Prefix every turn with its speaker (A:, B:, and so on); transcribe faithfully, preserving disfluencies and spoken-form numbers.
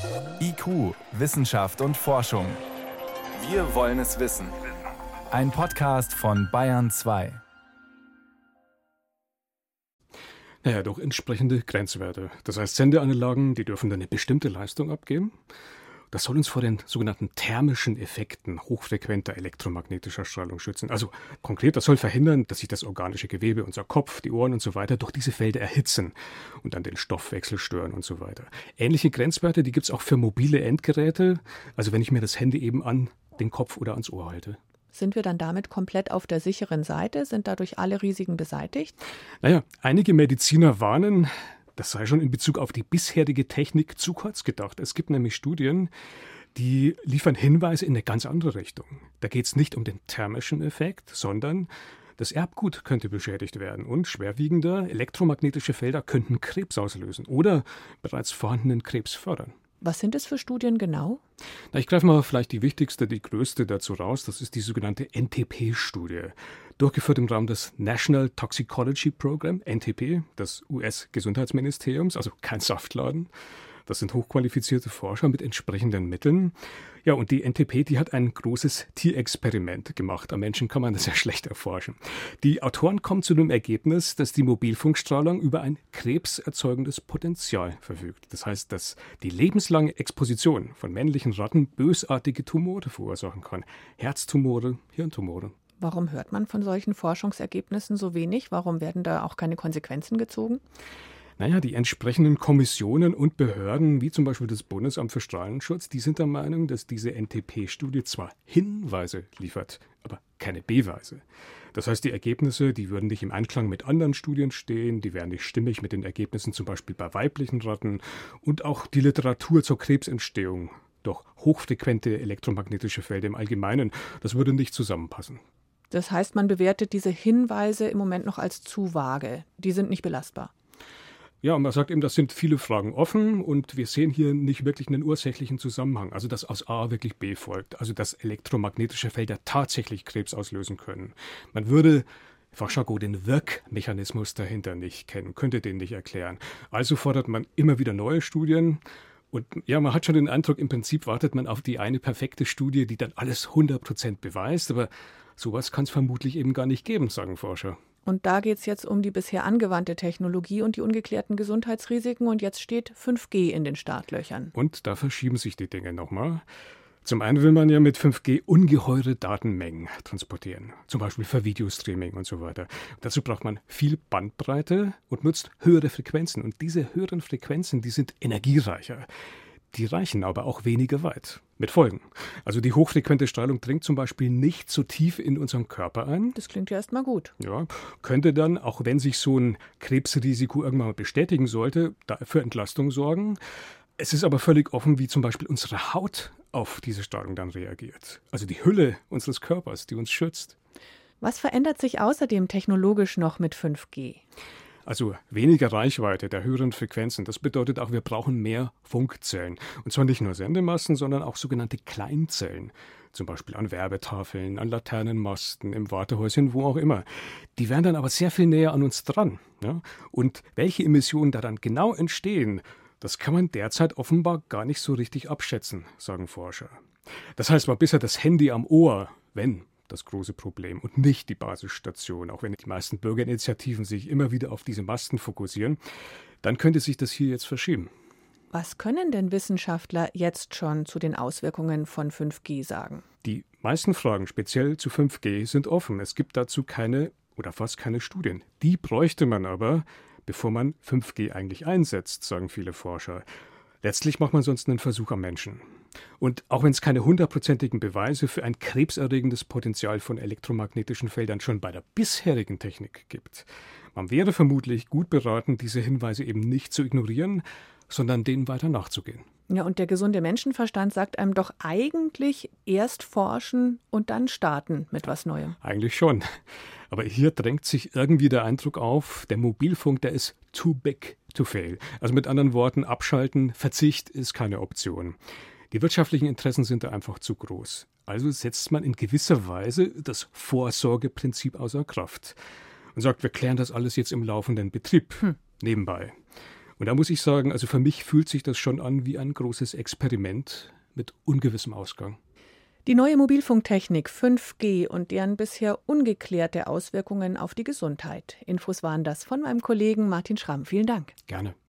A: I Q, Wissenschaft und Forschung. Wir wollen es wissen. Ein Podcast von Bayern zwei.
B: Naja, doch entsprechende Grenzwerte. Das heißt, Sendeanlagen, die dürfen dann eine bestimmte Leistung abgeben. Das soll uns vor den sogenannten thermischen Effekten hochfrequenter elektromagnetischer Strahlung schützen. Also konkret, das soll verhindern, dass sich das organische Gewebe, unser Kopf, die Ohren und so weiter durch diese Felder erhitzen und dann den Stoffwechsel stören und so weiter. Ähnliche Grenzwerte, die gibt es auch für mobile Endgeräte, also wenn ich mir das Handy eben an den Kopf oder ans Ohr halte.
C: Sind wir dann damit komplett auf der sicheren Seite? Sind dadurch alle Risiken beseitigt?
B: Naja, einige Mediziner warnen, das sei schon in Bezug auf die bisherige Technik zu kurz gedacht. Es gibt nämlich Studien, die liefern Hinweise in eine ganz andere Richtung. Da geht es nicht um den thermischen Effekt, sondern das Erbgut könnte beschädigt werden und schwerwiegender elektromagnetische Felder könnten Krebs auslösen oder bereits vorhandenen Krebs fördern.
C: Was sind es für Studien genau?
B: Na, ich greife mal vielleicht die wichtigste, die größte dazu raus. Das ist die sogenannte N T P-Studie. Durchgeführt im Rahmen des National Toxicology Program, N T P, des U S-Gesundheitsministeriums, also kein Saftladen. Das sind hochqualifizierte Forscher mit entsprechenden Mitteln. Ja, und die N T P, die hat ein großes Tierexperiment gemacht. Am Menschen kann man das ja schlecht erforschen. Die Autoren kommen zu dem Ergebnis, dass die Mobilfunkstrahlung über ein krebserzeugendes Potenzial verfügt. Das heißt, dass die lebenslange Exposition von männlichen Ratten bösartige Tumore verursachen kann. Herztumore, Hirntumore.
C: Warum hört man von solchen Forschungsergebnissen so wenig? Warum werden da auch keine Konsequenzen gezogen?
B: Naja, die entsprechenden Kommissionen und Behörden, wie zum Beispiel das Bundesamt für Strahlenschutz, die sind der Meinung, dass diese N T P-Studie zwar Hinweise liefert, aber keine Beweise. Das heißt, die Ergebnisse, die würden nicht im Einklang mit anderen Studien stehen, die wären nicht stimmig mit den Ergebnissen zum Beispiel bei weiblichen Ratten und auch die Literatur zur Krebsentstehung durch hochfrequente elektromagnetische Felder im Allgemeinen, das würde nicht zusammenpassen.
C: Das heißt, man bewertet diese Hinweise im Moment noch als zu vage. Die sind nicht belastbar.
B: Ja, man sagt eben, das sind viele Fragen offen und wir sehen hier nicht wirklich einen ursächlichen Zusammenhang. Also, dass aus A wirklich B folgt. Also, dass elektromagnetische Felder tatsächlich Krebs auslösen können. Man würde Fachjargon den Wirkmechanismus dahinter nicht kennen, könnte den nicht erklären. Also fordert man immer wieder neue Studien. Und ja, man hat schon den Eindruck, im Prinzip wartet man auf die eine perfekte Studie, die dann alles hundert Prozent beweist. Aber sowas kann es vermutlich eben gar nicht geben, sagen Forscher.
C: Und da geht es jetzt um die bisher angewandte Technologie und die ungeklärten Gesundheitsrisiken. Und jetzt steht fünf G in den Startlöchern.
B: Und da verschieben sich die Dinge nochmal. Zum einen will man ja mit fünf G ungeheure Datenmengen transportieren. Zum Beispiel für Videostreaming und so weiter. Dazu braucht man viel Bandbreite und nutzt höhere Frequenzen. Und diese höheren Frequenzen, die sind energiereicher. Die reichen aber auch weniger weit. Mit Folgen. Also die hochfrequente Strahlung dringt zum Beispiel nicht so tief in unseren Körper ein.
C: Das klingt ja erstmal gut.
B: Ja, könnte dann, auch wenn sich so ein Krebsrisiko irgendwann mal bestätigen sollte, für Entlastung sorgen. Es ist aber völlig offen, wie zum Beispiel unsere Haut auf diese Strahlung dann reagiert. Also die Hülle unseres Körpers, die uns schützt.
C: Was verändert sich außerdem technologisch noch mit fünf G?
B: Also weniger Reichweite der höheren Frequenzen, das bedeutet auch, wir brauchen mehr Funkzellen. Und zwar nicht nur Sendemasten, sondern auch sogenannte Kleinzellen. Zum Beispiel an Werbetafeln, an Laternenmasten, im Wartehäuschen, wo auch immer. Die wären dann aber sehr viel näher an uns dran. Ja? Und welche Emissionen da dann genau entstehen, das kann man derzeit offenbar gar nicht so richtig abschätzen, sagen Forscher. Das heißt, war bisher das Handy am Ohr, wenn das große Problem und nicht die Basisstation, auch wenn die meisten Bürgerinitiativen sich immer wieder auf diese Masten fokussieren, dann könnte sich das hier jetzt verschieben.
C: Was können denn Wissenschaftler jetzt schon zu den Auswirkungen von fünf G sagen?
B: Die meisten Fragen speziell zu fünf G sind offen. Es gibt dazu keine oder fast keine Studien. Die bräuchte man aber, bevor man fünf G eigentlich einsetzt, sagen viele Forscher. Letztlich macht man sonst einen Versuch am Menschen. Und auch wenn es keine hundertprozentigen Beweise für ein krebserregendes Potenzial von elektromagnetischen Feldern schon bei der bisherigen Technik gibt, man wäre vermutlich gut beraten, diese Hinweise eben nicht zu ignorieren, sondern denen weiter nachzugehen.
C: Ja, und der gesunde Menschenverstand sagt einem doch eigentlich erst forschen und dann starten mit was Neuem.
B: Eigentlich schon. Aber hier drängt sich irgendwie der Eindruck auf, der Mobilfunk, der ist too big to fail. Also mit anderen Worten, abschalten, Verzicht ist keine Option. Die wirtschaftlichen Interessen sind da einfach zu groß. Also setzt man in gewisser Weise das Vorsorgeprinzip außer Kraft und sagt, wir klären das alles jetzt im laufenden Betrieb, hm. nebenbei. Und da muss ich sagen, also für mich fühlt sich das schon an wie ein großes Experiment mit ungewissem Ausgang.
C: Die neue Mobilfunktechnik fünf G und deren bisher ungeklärte Auswirkungen auf die Gesundheit. Infos waren das von meinem Kollegen Martin Schramm. Vielen Dank.
B: Gerne.